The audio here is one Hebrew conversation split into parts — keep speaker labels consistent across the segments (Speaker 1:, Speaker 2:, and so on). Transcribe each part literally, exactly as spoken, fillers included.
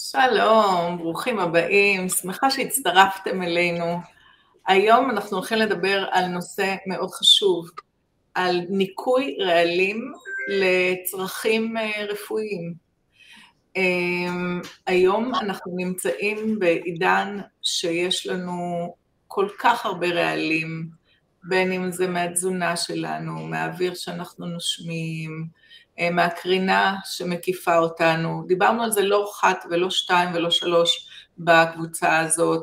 Speaker 1: שלום, ברוכים הבאים, שמחה שהצטרפתם אלינו. היום אנחנו הולכים לדבר על נושא מאוד חשוב, על ניקוי רעלים לצרכים רפואיים. היום אנחנו נמצאים בעידן שיש לנו כל כך הרבה רעלים, בין אם זה מהתזונה שלנו, מהאוויר שאנחנו נושמים, מהקרינה שמקיפה אותנו. דיברנו על זה לא אחת ולא שתיים ולא שלוש בקבוצה הזאת,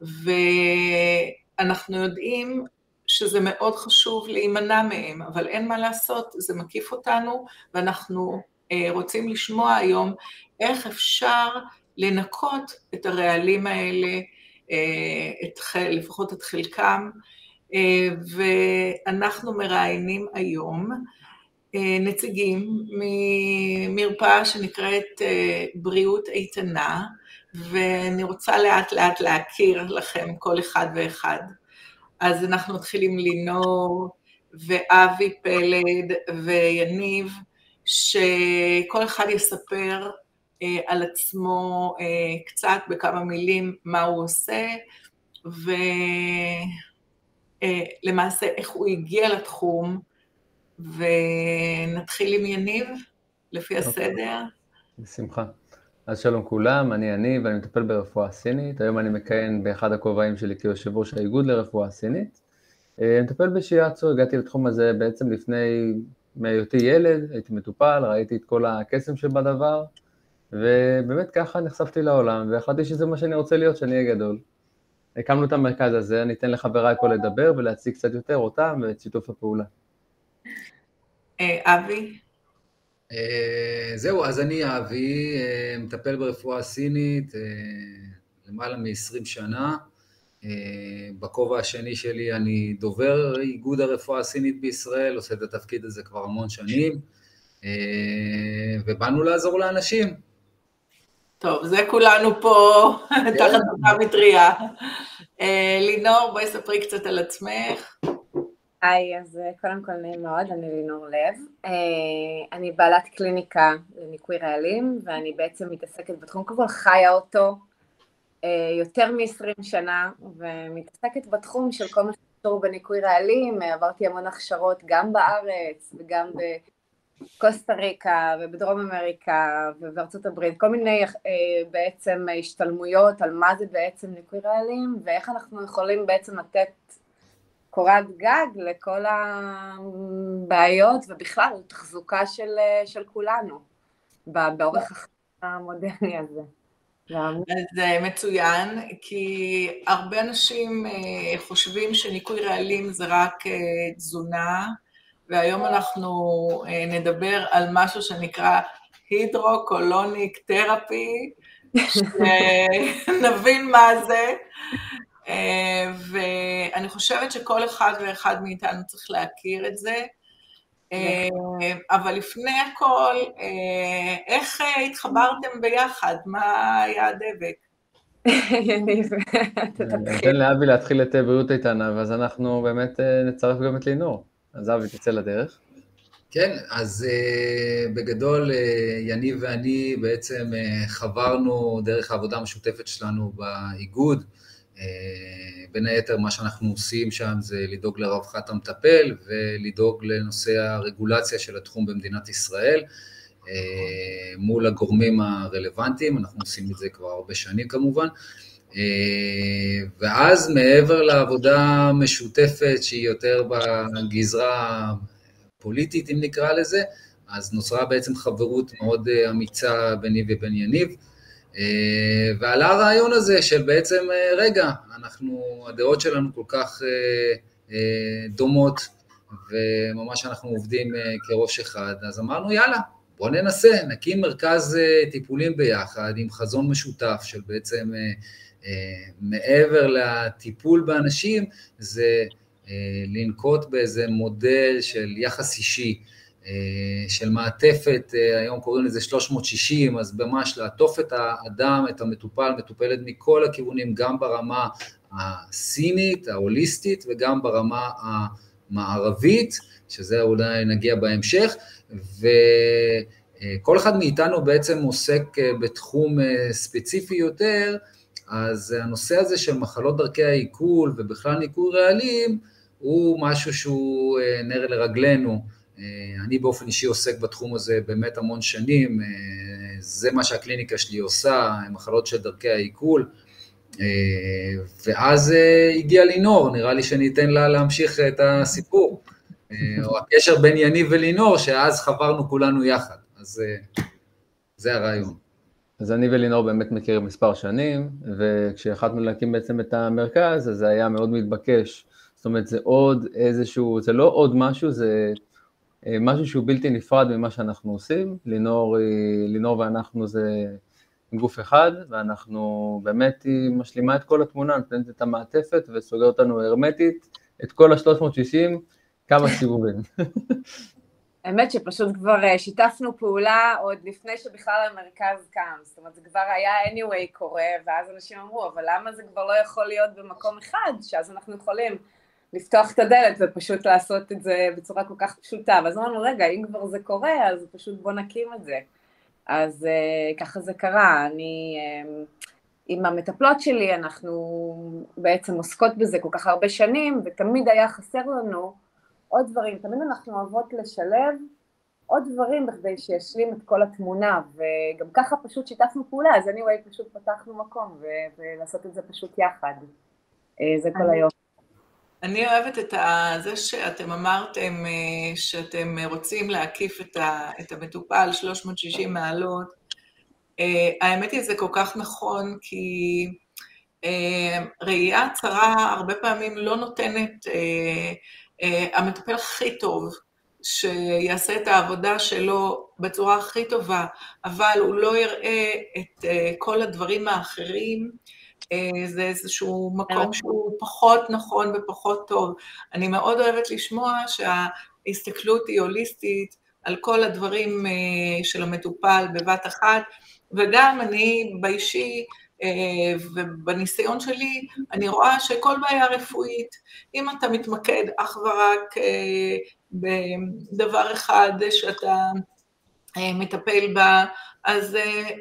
Speaker 1: ואנחנו יודעים שזה מאוד חשוב להימנע מהם, אבל אין מה לעשות, זה מקיף אותנו, ואנחנו רוצים לשמוע היום איך אפשר לנקות את הרעלים האלה, את, לפחות את חלקם, ואנחנו מראיינים היום נציגים ממרפאה שנקראת בריאות איתנה, ואני רוצה לאט לאט להכיר לכם כל אחד ואחד. אז אנחנו מתחילים לינור ואבי פלד ויניב, שכל אחד יספר על עצמו קצת בכמה מילים מה הוא עושה, ולמעשה איך הוא הגיע לתחום, ונתחיל עם יניב, לפי הסדר.
Speaker 2: בשמחה. אז שלום כולם, אני יניב, ואני מטפל ברפואה סינית. היום אני מכהן באחד הכובעים שלי כיושב ראש האיגוד לרפואה סינית. אני מטפל בשיאצו, הגעתי לתחום הזה בעצם לפני, מהיותי ילד, הייתי מטופל, ראיתי את כל הקסם שבדבר, ובאמת ככה נחשפתי לעולם, והחלטתי שזה מה שאני רוצה להיות, שאני אהיה גדול. הקמנו את המרכז הזה, אני אתן לחבריי פה לדבר ולהציג קצת יותר אותם ואת שיתוף הפעולה.
Speaker 1: אבי?
Speaker 3: זהו, אז אני אבי, מטפל ברפואה סינית למעלה מ-עשרים שנה. בכובע השני שלי אני דובר איגוד הרפואה הסינית בישראל, עושה את התפקיד הזה כבר המון שנים, ובאנו לעזור לאנשים.
Speaker 1: טוב, זה כולנו פה תחת אותה מטריה. לינור, בואי ספרי קצת על עצמך.
Speaker 4: היי, אז קודם כל נעים מאוד, אני לינור לב. אני בעלת קליניקה לניקוי רעלים, ואני בעצם מתעסקת בתחום, כבר חיה אותו יותר מ-עשרים שנה, ומתעסקת בתחום של כל מה שקשור בניקוי רעלים. עברתי המון הכשרות גם בארץ וגם בקוסטה ריקה ובדרום אמריקה ובארצות הברית, כל מיני בעצם השתלמויות על מה זה בעצם ניקוי רעלים, ואיך אנחנו יכולים בעצם לתת קורת גג לכל הבעיות, ובכלל תחזוקה של, של כולנו, באורך המודרני הזה.
Speaker 1: אז מצוין, כי הרבה אנשים חושבים שניקוי רעלים זה רק תזונה, והיום אנחנו נדבר על משהו שנקרא הידרוקולוניק תרפי, שנבין מה זה, ואני חושבת שכל אחד ואחד מאיתנו צריך להכיר את זה, אבל לפני הכל, איך התחברתם ביחד? מה היה הדבק?
Speaker 4: יניב,
Speaker 2: ניתן לאבי להתחיל את בריאות איתנה, ואז אנחנו באמת נצרף גם את לינור. אז אבי, תצא לדרך.
Speaker 3: כן, אז בגדול יניב ואני בעצם חברנו דרך העבודה המשותפת שלנו באיגוד, בין היתר מה שאנחנו עושים שם זה לדאוג לרווחת המטפל ולדאוג לנושא הרגולציה של התחום במדינת ישראל מול הגורמים הרלוונטיים. אנחנו עושים את זה כבר הרבה שנים כמובן, ואז מעבר לעבודה משותפת שהיא יותר בגזרה פוליטית אם נקרא לזה, אז נוצרה בעצם חברות מאוד אמיצה ביני ובין יניב, ועלה הרעיון הזה של בעצם, רגע, אנחנו, הדעות שלנו כל כך דומות, וממש אנחנו עובדים כראש אחד, אז אמרנו, יאללה, בוא ננסה, נקים מרכז טיפולים ביחד, עם חזון משותף של בעצם, מעבר לטיפול באנשים, זה לנקוט באיזה מודל של יחס אישי, של מעטפת, היום קוראים לזה שלוש מאות שישים, אז ממש לעטוף את האדם, את המטופל, מטופלת מכל הכיוונים, גם ברמה הסינית, ההוליסטית, וגם ברמה המערבית, שזה אולי נגיע בהמשך, כל אחד מאיתנו בעצם עוסק בתחום ספציפי יותר, אז הנושא הזה של מחלות דרכי העיכול ובכלל ניקוי רעלים, הוא משהו שהוא נר לרגלנו. אני באופן אישי עוסק בתחום הזה באמת המון שנים, זה מה שהקליניקה שלי עושה, מחלות של דרכי העיכול, ואז הגיע לינור, נראה לי שניתן לה להמשיך את הסיפור, או הקשר בין יניב ולינור, שאז חברנו כולנו יחד, אז זה הרעיון.
Speaker 2: אז אני ולינור באמת מכירים מספר שנים, וכשהחלטנו להקים בעצם את המרכז, אז זה היה מאוד מתבקש, זאת אומרת זה עוד איזשהו, זה לא עוד משהו, זה משהו שהוא בלתי נפרד ממה שאנחנו עושים, לינור, לינור ואנחנו זה גוף אחד, ואנחנו באמת משלימה את כל התמונה, נותנת את המעטפת וסוגר אותנו הרמטית, את כל ה-שלוש מאות ושישים, כמה סיבובים.
Speaker 4: האמת שפשוט כבר שיתפנו פעולה עוד לפני שבכלל המרכז קם, זאת אומרת זה כבר היה anyway קורה, ואז אנשים אמרו, אבל למה זה כבר לא יכול להיות במקום אחד, שאז אנחנו יכולים לפתוח את הדלת ופשוט לעשות את זה בצורה כל כך פשוטה, ואז אמרנו, רגע, אם כבר זה קורה, אז פשוט בוא נקים את זה. אז uh, ככה זה קרה, אני um, עם המטפלות שלי, אנחנו בעצם עוסקות בזה כל כך הרבה שנים, ותמיד היה חסר לנו עוד דברים, תמיד אנחנו אוהבות לשלב עוד דברים בכדי שישלים את כל התמונה, וגם ככה פשוט שיתפנו פעולה, אז anyway פשוט פתחנו מקום, ו- ולעשות את זה פשוט יחד, uh, זה כל היום.
Speaker 1: אני אוהבת את זה שאתם אמרתם שאתם רוצים להקיף את המטופל שלוש מאות ושישים מעלות. האמת היא זה כל כך נכון, כי ראייה צרה הרבה פעמים לא נותנת המטפל הכי טוב, שיעשה את העבודה שלו בצורה הכי טובה, אבל הוא לא יראה את כל הדברים האחרים, זה איזשהו מקום שהוא פחות נכון ופחות טוב. אני מאוד אוהבת לשמוע שההסתכלות היא הוליסטית על כל הדברים של המטופל בבת אחת, וגם אני באישי ובניסיון שלי, אני רואה שכל בעיה רפואית, אם אתה מתמקד אך ורק בדבר אחד שאתה מטפל בה, אז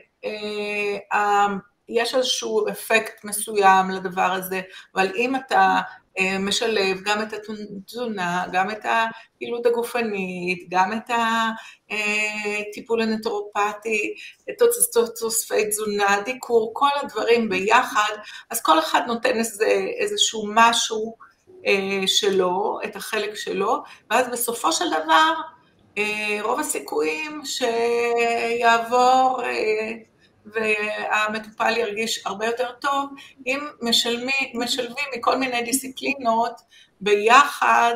Speaker 1: יש איזשהו אפקט מסוים לדבר הזה, אבל אם אתה משלב גם את התזונה, גם את הפעילות הגופנית, גם את הטיפול הנטורופטי, תוספי תזונה, דיקור, כל הדברים ביחד, אז כל אחד נותן איזשהו משהו שלו, את החלק שלו, ואז בסופו של דבר, רוב הסיכויים שיעבור והמטופל ירגיש הרבה יותר טוב, אם משלמים, משלבים מכל מיני דיסציפלינות ביחד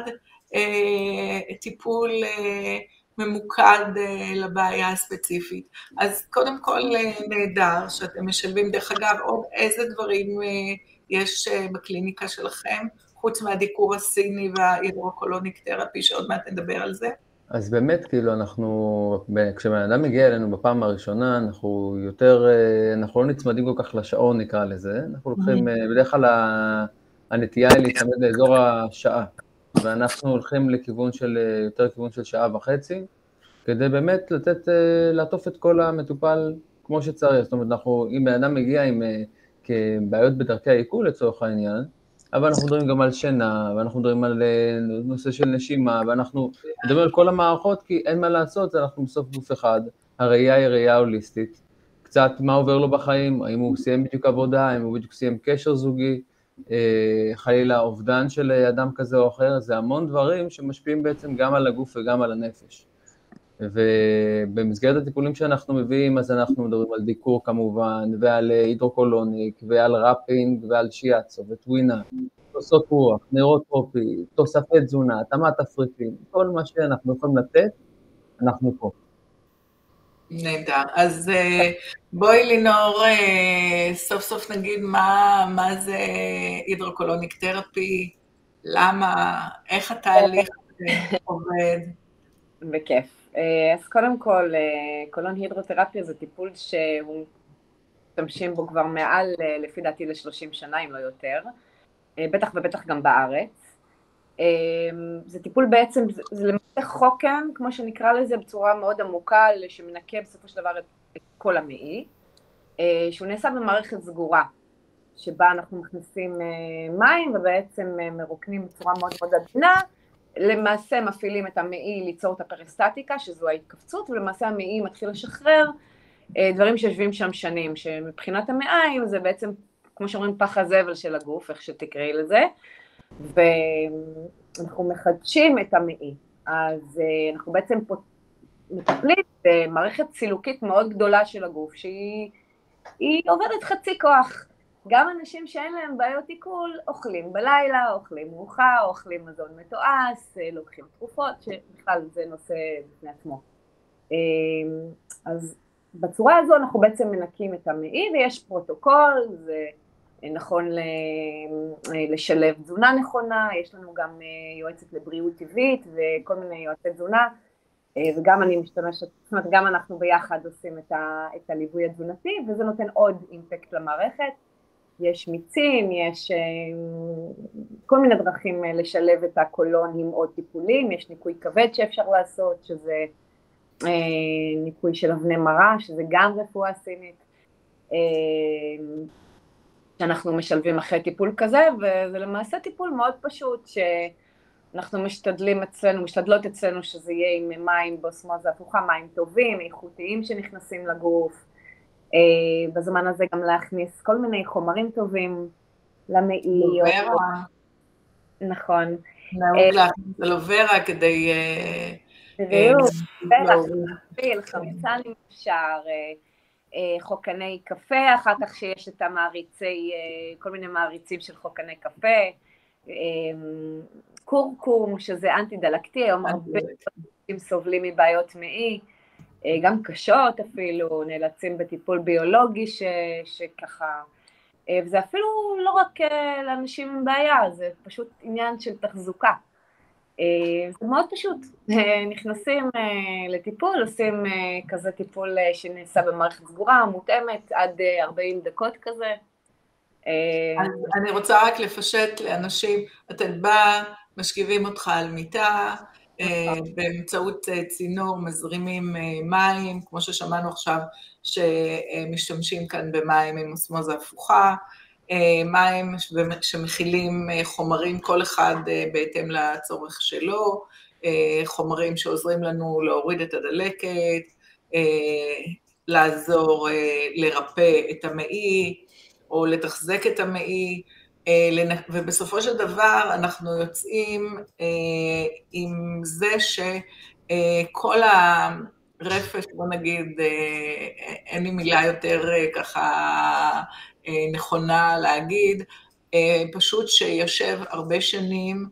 Speaker 1: טיפול ממוקד לבעיה הספציפית. אז קודם כל נהדר שאתם משלבים, דרך אגב, עוד איזה דברים יש בקליניקה שלכם, חוץ מהדיקור הסיני וההידרוקולוניק תרפי, שעוד מעט נדבר על זה.
Speaker 2: אז באמת, כאילו, אנחנו, כשבן אדם מגיע אלינו בפעם הראשונה, אנחנו יותר, אנחנו לא נצמדים כל כך לשעון, נקרא לזה, אנחנו לוקחים, בדרך כלל הנטייה היא להצמד לאזור השעה, ואנחנו הולכים לכיוון של, יותר כיוון של שעה וחצי, כדי באמת לתת, לעטוף את כל המטופל כמו שצריך, זאת אומרת, אנחנו, אם בן אדם מגיע עם בעיות בדרכי העיכול לצורך העניין, אבל אנחנו מדברים גם על שינה, ואנחנו מדברים על נושא של נשימה, ואנחנו מדברים על כל המערכות, כי אין מה לעשות, אנחנו בסוף גוף אחד, הראייה היא ראייה הוליסטית, קצת מה עובר לו בחיים, האם הוא סיים בדיוק עבודה, האם הוא בדיוק סיים קשר זוגי, חלילה אובדן של אדם כזה או אחר, זה המון דברים שמשפיעים בעצם גם על הגוף וגם על הנפש. ובמסגרת הטיפולים שאנחנו מביאים, אז אנחנו מדברים על דיקור כמובן, ועל הידרוקולוניק, ועל ראפינג, ועל שיאצו, וטווינה, תוספות רוח, נוירוטרופי, תוספי תזונה, התאמת תפריטים, כל מה שאנחנו יכולים לתת, אנחנו פה.
Speaker 1: נהדר. אז בואי לינור, סוף סוף נגיד מה, מה זה הידרוקולוניק תרפי, למה, איך התהליך עובד.
Speaker 4: בכיף. אז קודם כל, קולון הידרותרפיה זה טיפול שהוא משתמשים בו כבר מעל, לפי דעתי, ל-שלושים שנה, אם לא יותר, בטח ובטח גם בארץ. זה טיפול בעצם, זה, זה למעשה חוקן, כמו שנקרא לזה, בצורה מאוד עמוקה, שמנקה בסופו של דבר את, את כל המעי, שהוא נעשה במערכת סגורה, שבה אנחנו מכניסים מים ובעצם מרוקנים בצורה מאוד מאוד עדינה, למעשה מפעילים את המעי ליצור את הפריסטטיקה, שזו ההתכווצות, ולמעשה המעי מתחיל לשחרר דברים שיושבים שם שנים, שמבחינת המעיים זה בעצם, כמו שאומרים, פח הזבל של הגוף, איך שתקראי לזה, ואנחנו מחדשים את המעי. אז אנחנו בעצם פה מטפלים במערכת סילוקית מאוד גדולה של הגוף, שהיא עובדת חצי כוח. גם אנשים שאין להם בעיות עיכול, אוכלים בלילה, אוכלים מאוחר, אוכלים מזון מתועש, לוקחים תרופות, שבכלל זה נושא בפני עצמו. אז בצורה הזו אנחנו בעצם מנקים את המעי, ויש פרוטוקול, זה נכון לשלב תזונה נכונה, יש לנו גם יועצת לבריאות טבעית וכל מיני יועצי תזונה, וגם אני משתמשת, זאת אומרת גם אנחנו ביחד עושים את, ה, את הליווי התזונתי, וזה נותן עוד אימפקט למערכת. יש מיצים, יש כל מיני דרכים לשלב את הקולון עם עוד טיפולים, יש ניקוי כבד שאפשר לעשות, שזה ניקוי של אבני מרה, שזה גם רפואה סינית, שאנחנו משלבים אחרי טיפול כזה, וזה למעשה טיפול מאוד פשוט, שאנחנו משתדלים אצלנו, משתדלות אצלנו שזה יהיה עם מים באוסמוזה הפוכה, מים טובים, איכותיים שנכנסים לגוף, בזמן הזה גם להכניס כל מיני חומרים טובים למעי.
Speaker 1: לוברה.
Speaker 4: נכון.
Speaker 1: נהוג להכניס לוברה כדי...
Speaker 4: בדיוק, בטח, חמצן אם אפשר, חוקני קפה, אחר כך שיש את המעריצי, כל מיני מעריצים של חוקני קפה, קורקום, שזה אנטי דלקתי, היום הרבה אנשים סובלים מבעיות מעי, גם קשות אפילו, נאלצים בטיפול ביולוגי ש, שככה, וזה אפילו לא רק לאנשים עם בעיה, זה פשוט עניין של תחזוקה. זה מאוד פשוט, נכנסים לטיפול, עושים כזה טיפול שנעשה במערכת סגורה, מותאמת עד ארבעים דקות כזה.
Speaker 1: אני רוצה רק לפשט לאנשים, אתם בא, משכיבים אותך על מיטה, באמצעות צינור מזרימים מים, כמו ששמענו עכשיו שמשתמשים כאן במים עם אוסמוזה הפוכה, מים שמכילים חומרים כל אחד בהתאם לצורך שלו, חומרים שעוזרים לנו להוריד את הדלקת, לעזור לרפא את המעי או לתחזק את המעי, ובסופו של דבר אנחנו יוצאים עם זה שכל הרפש, בוא נגיד, אין לי מילה יותר ככה נכונה להגיד, פשוט שיושב הרבה שנים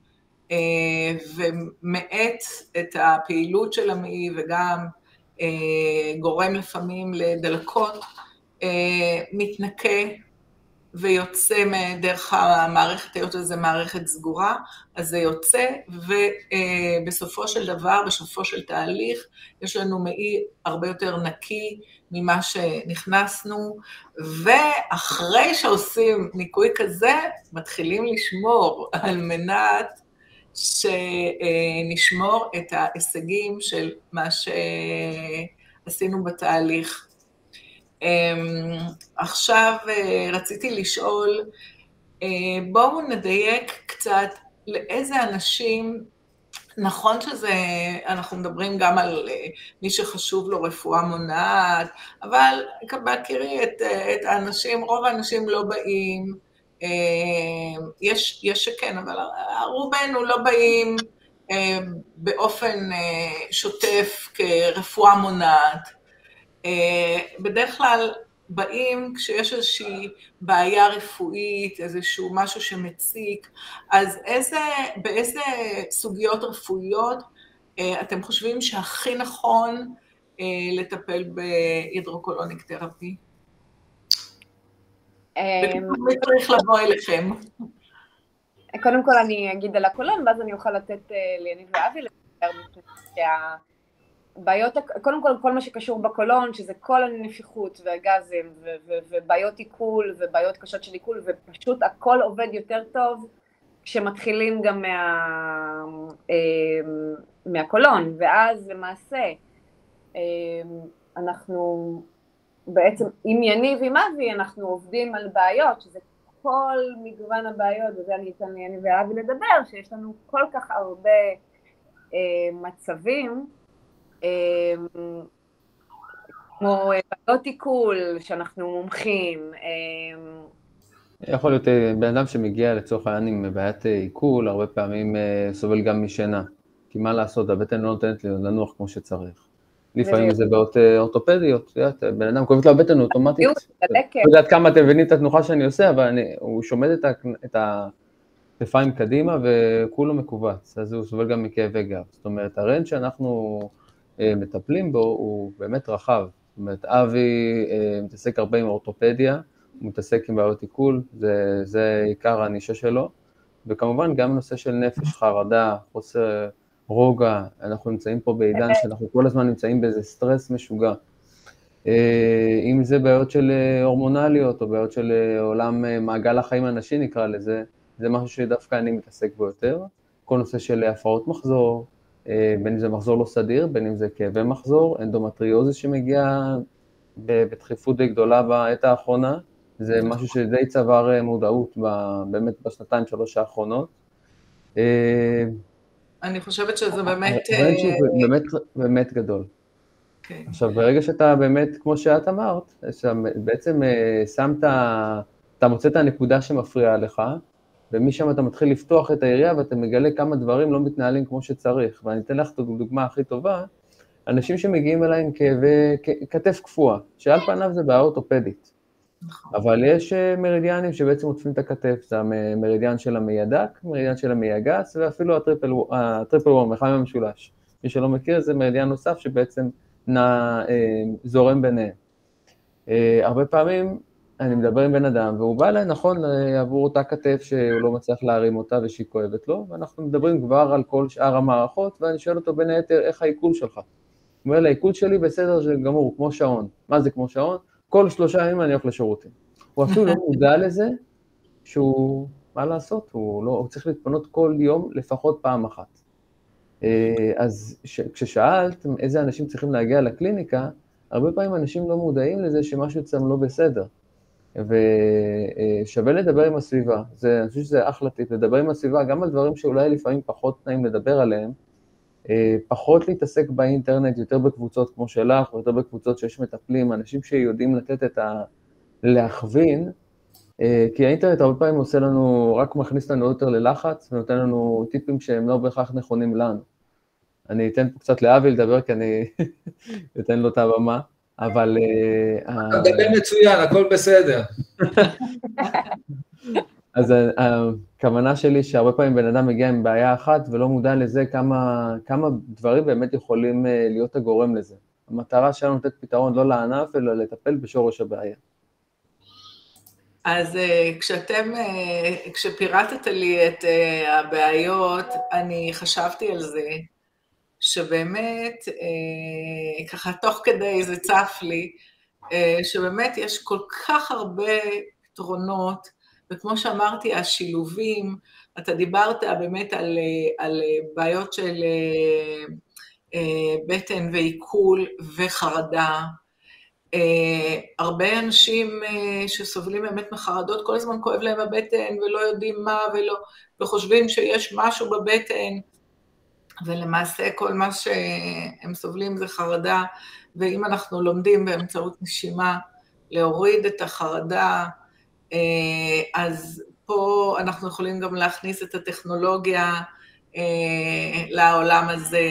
Speaker 1: ומעט את הפעילות של המעי וגם גורם לפעמים לדלקות, מתנקה ויוצא דרך המערכת, היות שזה מערכת סגורה, אז זה יוצא, ובסופו של דבר, בסופו של תהליך, יש לנו מעי הרבה יותר נקי ממה שנכנסנו, ואחרי שעושים ניקוי כזה, מתחילים לשמור על מנת שנשמור את ההישגים של מה שעשינו בתהליך. עכשיו רציתי לשאול, בואו נדייק קצת לאיזה אנשים, נכון שזה, אנחנו מדברים גם על מי שחשוב לו רפואה מונעת, אבל בהכירי את, את האנשים, רוב האנשים לא באים, יש, יש שכן, אבל רובנו לא באים באופן שוטף כרפואה מונעת, בדרך כלל באים כשיש איזושהי בעיה רפואית, איזשהו משהו שמציק, אז איזה, באיזה סוגיות רפואיות אתם חושבים שהכי נכון לטפל בהידרוקולוניק תרפי? מי צריך לבוא אליכם?
Speaker 4: קודם כל אני אגיד על הקולון, ואז אני אוכל לתת ליניב ואבי לדבר שה... בעיות, קודם כל, כל מה שקשור בקולון, שזה כל הנפיחות והגזים, ובעיות עיכול, ובעיות קשות של עיכול, ופשוט הכל עובד יותר טוב, שמתחילים גם מה, מהקולון, ואז למעשה אנחנו בעצם עם יניב עם אבי אנחנו עובדים על בעיות, שזה כל מגוון הבעיות, וזה אני אתן ליניב ואבי לדבר, שיש לנו כל כך הרבה מצבים, כמו בעיות עיכול, שאנחנו מומחים.
Speaker 2: יכול להיות בן אדם שמגיע לצורך העניין עם בעיית עיכול, הרבה פעמים סובל גם משינה. כי מה לעשות, הבטן לא נותנת לנוח כמו שצריך. לפעמים זה בעיות אורתופדיות, בן אדם כואבת לו הבטן אוטומטית. לא יודעת כמה אתם מבינים את התנוחה שאני עושה, אבל הוא שומד את הכתפיים קדימה וכולו מקובץ, אז הוא סובל גם מכאבי גב. זאת אומרת, הרנט שאנחנו מטפלים בו הוא באמת רחב. זאת אומרת, אבי מתעסק הרבה עם אורתופדיה, הוא מתעסק עם בעיות עיכול, זה, זה עיקר הנישה שלו, וכמובן גם נושא של נפש, חרדה, חוסר רוגע, אנחנו נמצאים פה בעידן שאנחנו כל הזמן נמצאים באיזה סטרס משוגע. אם זה בעיות של הורמונליות, או בעיות של עולם מעגל החיים הנשי נקרא לזה, זה משהו שדווקא אני מתעסק בו יותר, כל נושא של הפרעות מחזור, בין אם זה מחזור לא סדיר, בין אם זה כאבי מחזור, אנדומטריוזיס שמגיע בדחיפות די גדולה בעת האחרונה, זה משהו שדי צבר מודעות באמת בשנתיים שלוש האחרונות.
Speaker 1: אני חושבת שזה באמת...
Speaker 2: באמת, באמת גדול. עכשיו, ברגע שאתה באמת, כמו שאת אמרת, בעצם שמת, אתה מוצא את הנקודה שמפריעה לך, ומשם אתה מתחיל לפתוח את העירייה, ואתה מגלה כמה דברים לא מתנהלים כמו שצריך. ואני אתן לך את הדוגמה הכי טובה, אנשים שמגיעים אליי עם כאבי כתף קפואה, שעל פניו זה בעיה אורתופדית. אבל יש מרידיאנים שבעצם עוטפים את הכתף, זה המרידיאן של המעי הדק, מרידיאן של המעי הגס, ואפילו הטריפל וורם, החיים המשולש. מי שלא מכיר, זה מרידיאן נוסף שבעצם נע, זורם ביניהם. הרבה פעמים אני מדבר עם בן אדם, והוא בא אליי, נכון, עבור אותה כתף שהוא לא מצליח להרים אותה ושהיא כואבת לו, ואנחנו מדברים כבר על כל שאר המערכות, ואני שואל אותו בין היתר, איך העיכול שלך? הוא אומר, העיכול שלי בסדר של גמור, כמו שעון. מה זה כמו שעון? כל שלושה ימים אני הולך לשירותים. הוא אפילו לא מודע לזה שהוא, מה לעשות, הוא, לא, הוא צריך להתפנות כל יום לפחות פעם אחת. אז ש, כששאלת איזה אנשים צריכים להגיע לקליניקה, הרבה פעמים אנשים לא מודעים לזה שמשהו אצלם לא בסדר. ושווה לדבר עם הסביבה, זה, אני חושב שזה אחלה טיפ, לדבר עם הסביבה, גם על דברים שאולי לפעמים פחות נעים לדבר עליהם, פחות להתעסק באינטרנט, יותר בקבוצות כמו שלך, ויותר בקבוצות שיש מטפלים, אנשים שיודעים לתת את ה... להכווין, כי האינטרנט הרבה פעמים עושה לנו, רק מכניס לנו יותר ללחץ, ונותן לנו טיפים שהם לא בהכרח נכונים לנו. אני אתן פה קצת לאבי לדבר, כי אני אתן לו את הבמה, אבל...
Speaker 3: אתה מדבר מצוין, הכל בסדר.
Speaker 2: אז הכוונה שלי שהרבה פעמים בן אדם מגיע עם בעיה אחת ולא מודע לזה כמה, כמה דברים באמת יכולים להיות הגורם לזה. המטרה שלנו לתת פתרון לא לענף, אלא לטפל בשורש הבעיה.
Speaker 1: אז כשאתם, כשפירטת לי את הבעיות, אני חשבתי על זה, שבאמת, ככה תוך כדי זה צף לי, שבאמת יש כל כך הרבה פתרונות, וכמו שאמרתי, השילובים, אתה דיברת באמת על, על בעיות של בטן ועיכול וחרדה, הרבה אנשים שסובלים באמת מחרדות, כל הזמן כואב להם הבטן ולא יודעים מה ולא, וחושבים שיש משהו בבטן, ולמעשה כל מה שהם סובלים זה חרדה, ואם אנחנו לומדים באמצעות נשימה להוריד את החרדה, אז פה אנחנו יכולים גם להכניס את הטכנולוגיה לעולם הזה,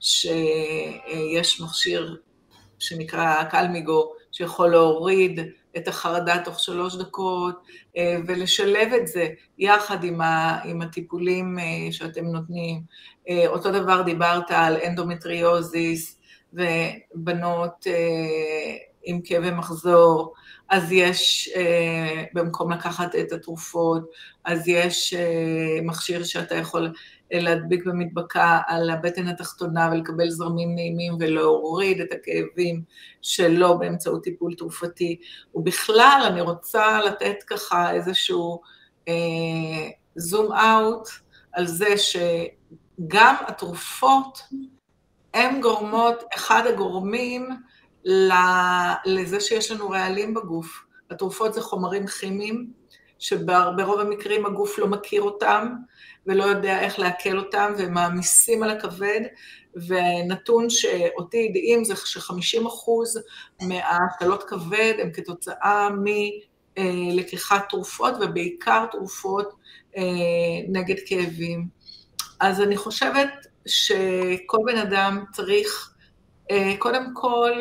Speaker 1: שיש מכשיר שנקרא קלמיגו, שיכול להוריד את החרדה תוך שלוש דקות, ולשלב את זה יחד עם, ה, עם הטיפולים שאתם נותנים. אותו דבר דיברת על אנדומטריוזיס, ובנות עם כאבי מחזור, אז יש, במקום לקחת את התרופות, אז יש מכשיר שאתה יכול להדביק במדבקה על הבטן התחתונה ולקבל זרמים נעימים ולהוריד את הכאבים שלו באמצעות טיפול תרופתי. ובכלל אני רוצה לתת ככה איזשהו, זום אאוט על זה שגם התרופות הן גורמות, אחד הגורמים לזה שיש לנו רעלים בגוף. התרופות זה חומרים כימיים, שברוב המקרים הגוף לא מכיר אותם, ולא יודע איך להקל אותם, והם מעמיסים על הכבד, ונתון שאותי ידעים זה ש-חמישים אחוז מהשתלות כבד הם כתוצאה מלקיחת תרופות, ובעיקר תרופות נגד כאבים. אז אני חושבת שכל בן אדם צריך קודם כל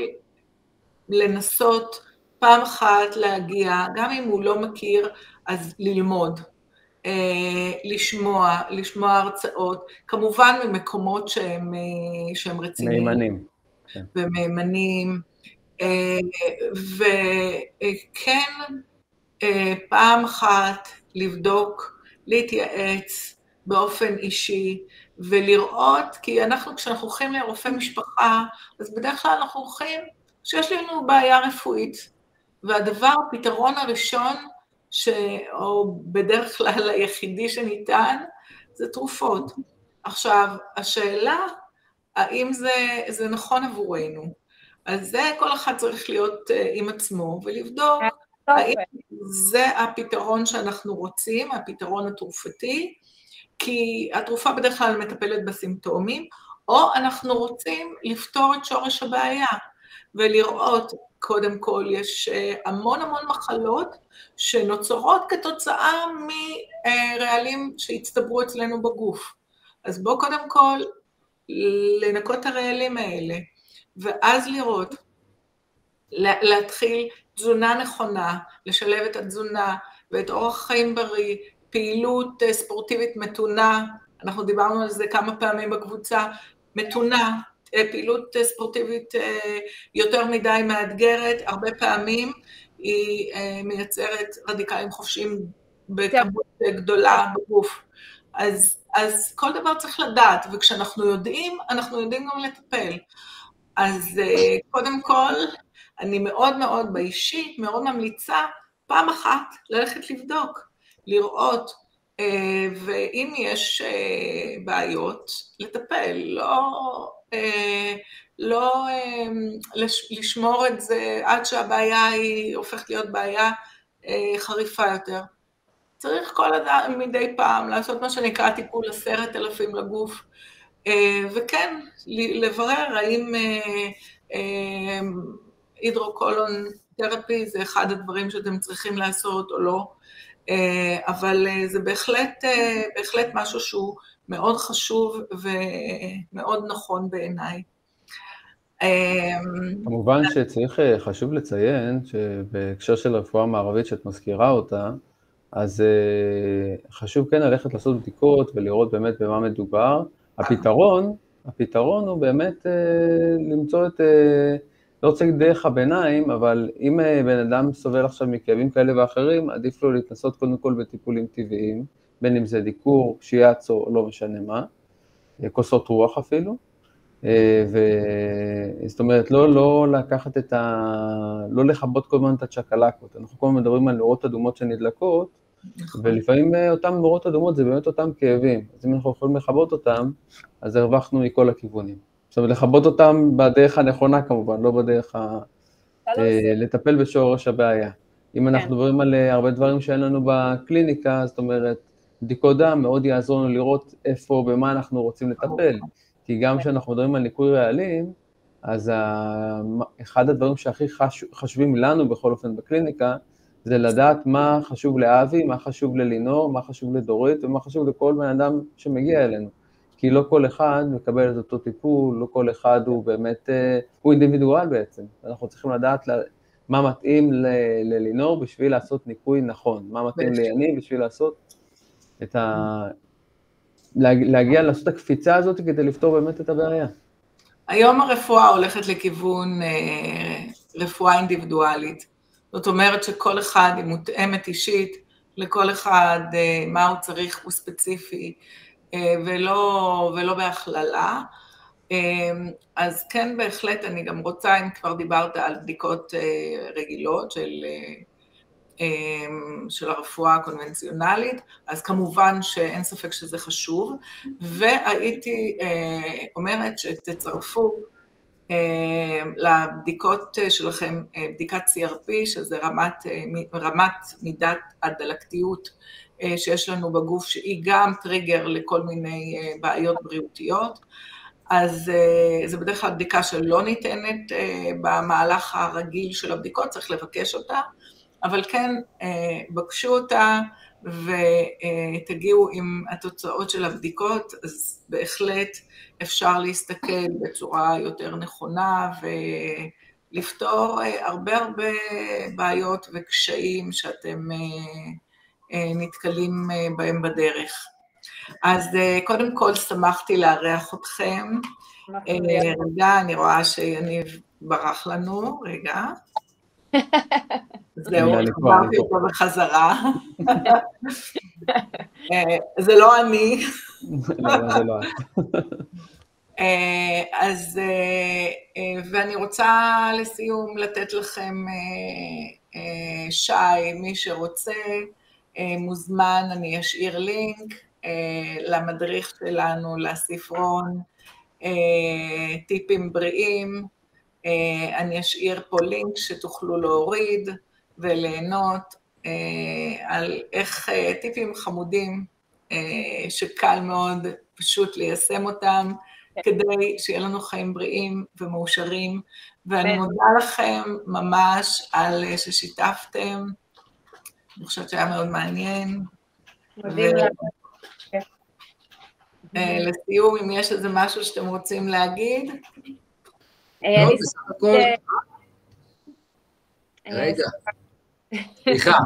Speaker 1: לנסות פעם אחת להגיע, גם אם הוא לא מכיר, אז ללמוד, לשמוע, לשמוע הרצאות, כמובן ממקומות שהם, שהם רציניים.
Speaker 2: מהימנים.
Speaker 1: ומהימנים, וכן פעם אחת לבדוק, להתייעץ באופן אישי, ולראות, כי אנחנו, כשאנחנו הולכים לרופא משפחה, אז בדרך כלל אנחנו הולכים שיש לנו בעיה רפואית, והדבר, הפתרון הראשון, ש... או בדרך כלל היחידי שניתן, זה תרופות. עכשיו, השאלה, האם זה, זה נכון עבורנו? אז זה כל אחד צריך להיות עם עצמו, ולבדוק האם זה הפתרון שאנחנו רוצים, הפתרון התרופתי, כי התרופה בדרך כלל מטפלת בסימפטומים, או אנחנו רוצים לפתור את שורש הבעיה, ולראות, קודם כל, יש המון המון מחלות שנוצרות כתוצאה מרעלים שהצטברו אצלנו בגוף. אז בואו קודם כל לנקות את הרעלים האלה, ואז לראות, להתחיל תזונה נכונה, לשלב את התזונה ואת אורח חיים בריא, פעילות ספורטיבית מתונה, אנחנו דיברנו על זה כמה פעמים בקבוצה, מתונה, פעילות ספורטיבית יותר מדי מאתגרת, הרבה פעמים היא מייצרת רדיקלים חופשיים בכמות גדולה בגוף. אז, אז כל דבר צריך לדעת, וכשאנחנו יודעים, אנחנו יודעים גם לטפל. אז קודם כל, אני מאוד מאוד באישית, מאוד ממליצה, פעם אחת ללכת לבדוק, לראות, ואם יש בעיות, לטפל, לא, לא לשמור את זה עד שהבעיה היא הופכת להיות בעיה חריפה יותר. צריך כל אדם מדי פעם לעשות מה שנקרא טיפול עשרת אלפים לגוף, וכן, לברר האם הידרוקולון תרפי זה אחד הדברים שאתם צריכים לעשות או לא, אבל זה בהחלט, בהחלט משהו שהוא מאוד חשוב ומאוד נכון בעיניי.
Speaker 2: כמובן שצריך, חשוב לציין שבהקשר של רפואה מערבית שאת מזכירה אותה, אז חשוב כן ללכת לעשות בדיקות ולראות באמת במה מדובר. הפתרון, הפתרון הוא באמת למצוא את, לא רוצה להגיד דרך הביניים, אבל אם בן אדם סובל עכשיו מכאבים כאלה ואחרים, עדיף לו להתנסות קודם כל בטיפולים טבעיים, בין אם זה דיקור, שיאצו, או לא משנה מה, כוסות רוח אפילו, וזאת אומרת, לא, לא לקחת את ה... לא לכבות כל הזמן את הצ'קלקות, אנחנו כל הזמן מדברים על נורות אדומות שנדלקות, ולפעמים אותם נורות אדומות זה באמת אותם כאבים, אז אם אנחנו יכולים לכבות אותם, אז הרווחנו מכל הכיוונים. זאת אומרת, לכבות אותם בדרך הנכונה כמובן, לא בדרך ה... לטפל בשורש הבעיה. אם אנחנו מדברים על הרבה דברים שאין לנו בקליניקה, זאת אומרת, בדיקות דם מאוד יעזור לנו לראות איפה, במה אנחנו רוצים לטפל. כי גם כשאנחנו מדברים על ניקוי רעלים, אז אחד הדברים שהכי חשובים לנו בכל אופן בקליניקה, זה לדעת מה חשוב לאבי, מה חשוב ללינור, מה חשוב לדורית, ומה חשוב לכל בן אדם שמגיע אלינו. כי לא כל אחד מקבל את אותו טיפול, לא כל אחד הוא באמת, הוא אינדיבידואל בעצם. אנחנו צריכים לדעת מה מתאים ללינור בשביל לעשות ניקוי נכון, מה מתאים ליני בשביל לעשות את ה... להגיע לעשות את הקפיצה הזאת כדי לפתור באמת את הבעיה.
Speaker 1: היום הרפואה הולכת לכיוון רפואה אינדיבידואלית. זאת אומרת שכל אחד היא מותאמת אישית, לכל אחד מה הוא צריך הוא ספציפי, ולא, ולא בהכללה. אז כן, בהחלט, אני גם רוצה, אם כבר דיברת על בדיקות רגילות של של הרפואה הקונבנציונלית, אז כמובן שאין ספק שזה חשוב, והייתי אומרת שתצרפו לבדיקות שלכם בדיקת סי אר פי, שזה רמת, רמת מידת הדלקתיות שיש לנו בגוף, שהיא גם טריגר לכל מיני בעיות בריאותיות, אז זה בדרך כלל בדיקה שלא ניתנת במהלך הרגיל של הבדיקות, צריך לבקש אותה, אבל כן, בקשו אותה ותגיעו עם התוצאות של הבדיקות, אז בהחלט אפשר להסתכל בצורה יותר נכונה ולפתור הרבה הרבה בעיות וקשיים שאתם נתקלים בהם בדרך. אז קודם כל שמחתי לארח אתכם. רגע, אני רואה שיניב ברח לנו, רגע. זהו, אמרתי אותו בחזרה. זה לא אני.
Speaker 2: לא, זה לא את.
Speaker 1: אז, ואני רוצה לסיום לתת לכם שי, מי שרוצה, מוזמן, אני אשאיר לינק למדריך שלנו, לספרון, טיפים בריאים, אני אשאיר פה לינק שתוכלו להוריד וליהנות על איך טיפים חמודים שקל מאוד פשוט ליישם אותם כדי שיהיה לנו חיים בריאים ומאושרים, ואני מודה לכם ממש על ששיתפתם, אני חושבת שהיה מאוד מעניין. לסיום, אם יש איזה משהו שאתם רוצים להגיד?
Speaker 3: לא, בסך הכל. רגע, סליחה,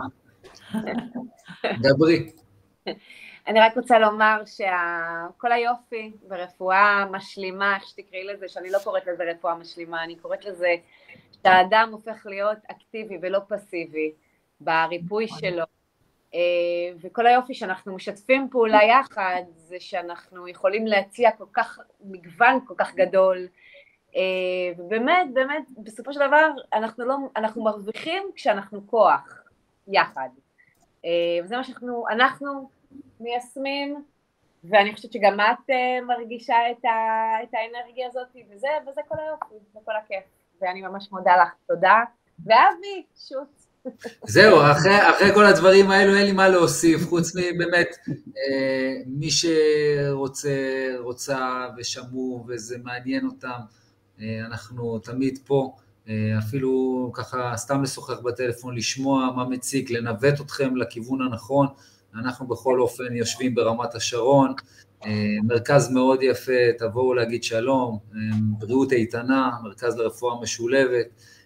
Speaker 3: דברי.
Speaker 4: אני רק רוצה לומר שכל היופי ברפואה משלימה, איך שתקראי לזה, שאני לא קוראת לזה רפואה משלימה, אני קוראת לזה שהאדם הופך להיות אקטיבי ולא פסיבי בריפוי שלו, וכל היופי שאנחנו משתפים פעולה יחד, זה שאנחנו יכולים להציע כל כך מגוון כל כך גדול, ובאמת, באמת, בסופו של דבר, אנחנו לא, אנחנו מרוויחים כשאנחנו כוח יחד, וזה מה שאנחנו, אנחנו מיישמים, ואני חושבת שגם את מרגישה את, ה, את האנרגיה הזאת, וזה, וזה כל היופי, זה כל הכיף, ואני ממש מודה לך, תודה, ואבי, שוט.
Speaker 3: זהו, אחרי, אחרי כל הדברים האלו אין לי מה להוסיף, חוץ מבאמת, מי שרוצה, רוצה ושמעו וזה מעניין אותם, אנחנו תמיד פה, אפילו ככה סתם לשוחח בטלפון, לשמוע מה מציק, לנווט אתכם לכיוון הנכון, אנחנו בכל אופן יושבים ברמת השרון, מרכז מאוד יפה, תבואו להגיד שלום, בריאות איתנה, מרכז לרפואה משולבת,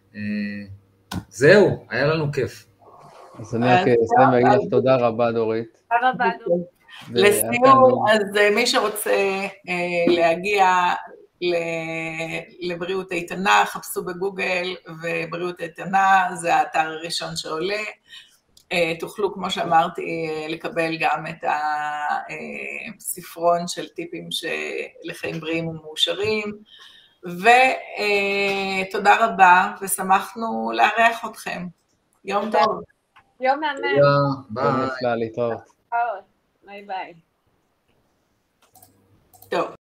Speaker 3: זהו, היה לנו כיף.
Speaker 2: אז אני רק אסיים ואגיד לך תודה רבה דורית.
Speaker 4: תודה רבה דורית.
Speaker 1: לסיום, אז מי שרוצה להגיע לבריאות איתנה, חפשו בגוגל, ובריאות איתנה זה האתר הראשון שעולה, תוכלו, כמו שאמרתי, לקבל גם את הספרון של טיפים לחיים בריאים ומאושרים, ותודה רבה, ושמחנו לארח אתכם. יום טוב.
Speaker 4: יום מהמם.
Speaker 3: ביי.
Speaker 2: ביי.
Speaker 4: ביי ביי.
Speaker 1: טוב.